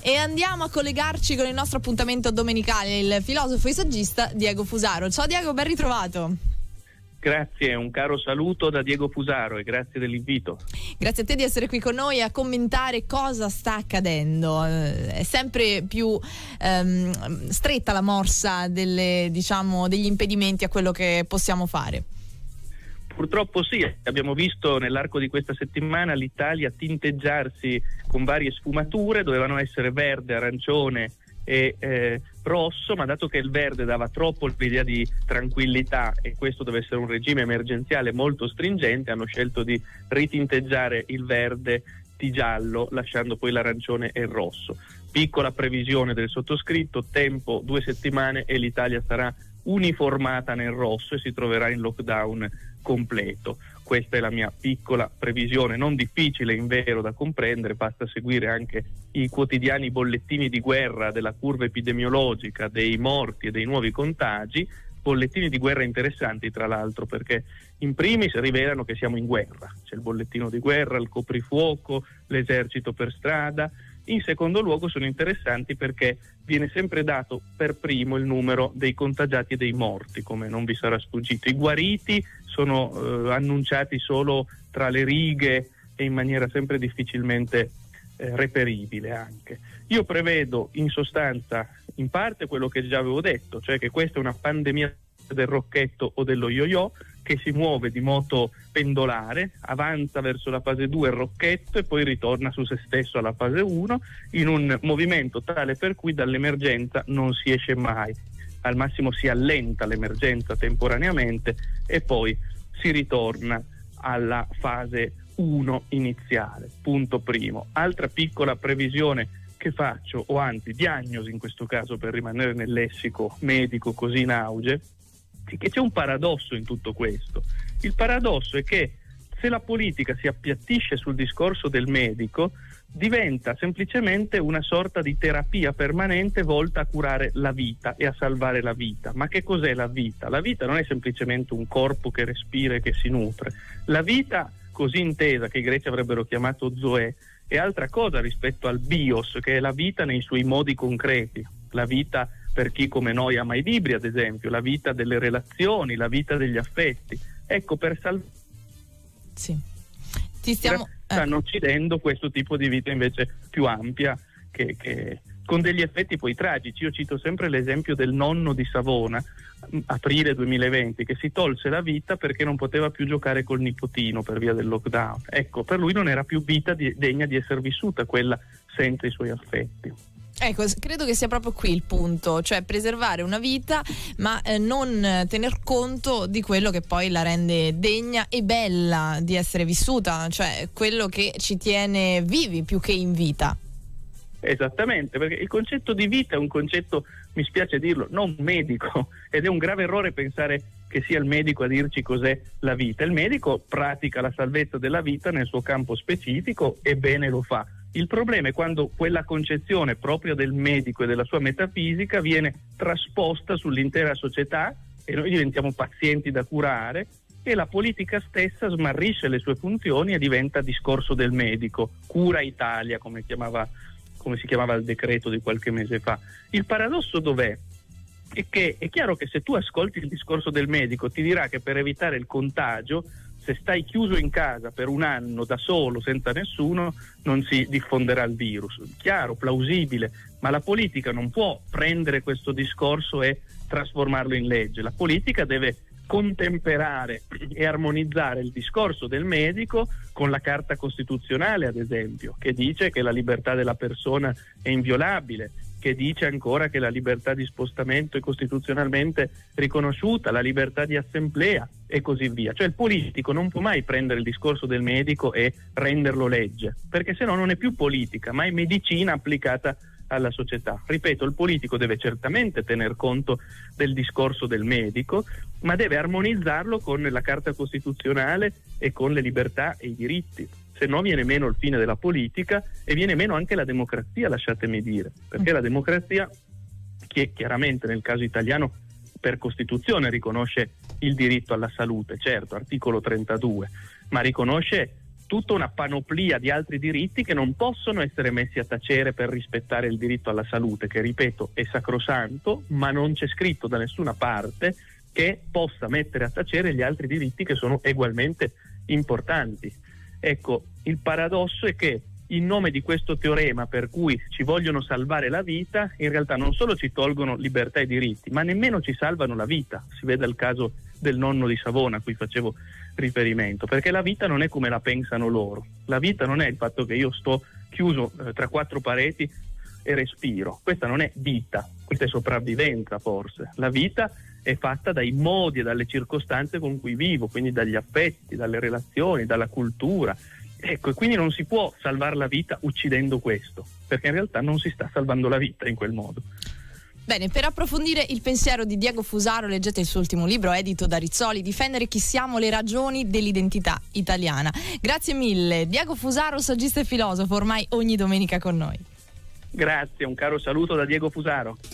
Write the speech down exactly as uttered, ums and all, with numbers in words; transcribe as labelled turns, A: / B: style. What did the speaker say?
A: E andiamo a collegarci con il nostro appuntamento domenicale, il filosofo e saggista Diego Fusaro. Ciao Diego, ben ritrovato.
B: Grazie, un caro saluto da Diego Fusaro e grazie dell'invito.
A: Grazie a te di essere qui con noi a commentare cosa sta accadendo. È sempre più ehm, stretta la morsa delle, diciamo, degli impedimenti a quello che possiamo fare.
B: Purtroppo sì, abbiamo visto nell'arco di questa settimana l'Italia tinteggiarsi con varie sfumature, dovevano essere verde, arancione e eh, rosso, ma dato che il verde dava troppo l'idea di tranquillità e questo deve essere un regime emergenziale molto stringente, hanno scelto di ritinteggiare il verde di giallo, lasciando poi l'arancione e il rosso. Piccola previsione del sottoscritto, tempo due settimane e l'Italia sarà uniformata nel rosso e si troverà in lockdown completo. Questa è la mia piccola previsione, non difficile in vero da comprendere, basta seguire anche i quotidiani bollettini di guerra della curva epidemiologica, dei morti e dei nuovi contagi, bollettini di guerra interessanti tra l'altro perché in primis rivelano che siamo in guerra, c'è il bollettino di guerra, il coprifuoco, l'esercito per strada. In secondo luogo sono interessanti perché viene sempre dato per primo il numero dei contagiati e dei morti, come non vi sarà sfuggito. I guariti sono eh, annunciati solo tra le righe e in maniera sempre difficilmente eh, reperibile anche. Io prevedo in sostanza in parte quello che già avevo detto, cioè che questa è una pandemia del rocchetto o dello yo-yo che si muove di moto pendolare, avanza verso la fase due il rocchetto e poi ritorna su se stesso alla fase uno in un movimento tale per cui dall'emergenza non si esce mai, al massimo si allenta l'emergenza temporaneamente e poi si ritorna alla fase uno iniziale, punto primo. Altra piccola previsione che faccio, o anzi diagnosi in questo caso per rimanere nel lessico medico così in auge, è che c'è un paradosso in tutto questo. Il paradosso è che se la politica si appiattisce sul discorso del medico, diventa semplicemente una sorta di terapia permanente volta a curare la vita e a salvare la vita. Ma che cos'è la vita? La vita non è semplicemente un corpo che respira e che si nutre. La vita, così intesa, che i greci avrebbero chiamato zoe, è altra cosa rispetto al bios, che è la vita nei suoi modi concreti. La vita per chi come noi ama i libri, ad esempio, la vita delle relazioni, la vita degli affetti. Ecco, per salvare
A: sì. Ti stiamo
B: stanno uccidendo questo tipo di vita invece più ampia che, che con degli effetti poi tragici. Io cito sempre l'esempio del nonno di Savona, aprile duemilaventi, che si tolse la vita perché non poteva più giocare col nipotino per via del lockdown. Ecco, per lui non era più vita di, degna di essere vissuta, quella senza i suoi affetti.
A: Ecco, credo che sia proprio qui il punto, cioè preservare una vita ma eh, non tener conto di quello che poi la rende degna e bella di essere vissuta, cioè quello che ci tiene vivi più che in vita.
B: Esattamente, perché il concetto di vita è un concetto, mi spiace dirlo, non medico, ed è un grave errore pensare che sia il medico a dirci cos'è la vita. Il medico pratica la salvezza della vita nel suo campo specifico e bene lo fa. Il problema è quando quella concezione propria del medico e della sua metafisica viene trasposta sull'intera società e noi diventiamo pazienti da curare e la politica stessa smarrisce le sue funzioni e diventa discorso del medico, cura Italia come chiamava, come si chiamava il decreto di qualche mese fa. Il paradosso dov'è? È che è chiaro che se tu ascolti il discorso del medico ti dirà che per evitare il contagio, se stai chiuso in casa per un anno da solo senza nessuno non si diffonderà il virus. Chiaro, plausibile, ma la politica non può prendere questo discorso e trasformarlo in legge. La politica deve contemperare e armonizzare il discorso del medico con la Carta Costituzionale, ad esempio, che dice che la libertà della persona è inviolabile, che dice ancora che la libertà di spostamento è costituzionalmente riconosciuta, la libertà di assemblea e così via. Cioè il politico non può mai prendere il discorso del medico e renderlo legge, perché se no non è più politica, ma è medicina applicata alla società. Ripeto, il politico deve certamente tener conto del discorso del medico, ma deve armonizzarlo con la Carta Costituzionale e con le libertà e i diritti. Se no viene meno il fine della politica e viene meno anche la democrazia, lasciatemi dire, perché la democrazia, che chiaramente nel caso italiano per Costituzione riconosce il diritto alla salute, certo, articolo trentadue, ma riconosce tutta una panoplia di altri diritti che non possono essere messi a tacere per rispettare il diritto alla salute, che ripeto è sacrosanto, ma non c'è scritto da nessuna parte che possa mettere a tacere gli altri diritti che sono ugualmente importanti. Ecco, il paradosso è che in nome di questo teorema per cui ci vogliono salvare la vita, in realtà non solo ci tolgono libertà e diritti, ma nemmeno ci salvano la vita. Si vede il caso del nonno di Savona a cui facevo riferimento, perché la vita non è come la pensano loro. La vita non è il fatto che io sto chiuso eh, tra quattro pareti e respiro. Questa non è vita, questa è sopravvivenza forse. La vita è fatta dai modi e dalle circostanze con cui vivo, quindi dagli affetti, dalle relazioni, dalla cultura. Ecco, e quindi non si può salvare la vita uccidendo questo, perché in realtà non si sta salvando la vita in quel modo.
A: Bene, per approfondire il pensiero di Diego Fusaro leggete il suo ultimo libro edito da Rizzoli, Difendere chi siamo, le ragioni dell'identità italiana. Grazie mille. Diego Fusaro, saggista e filosofo, ormai ogni domenica con noi.
B: Grazie, un caro saluto da Diego Fusaro.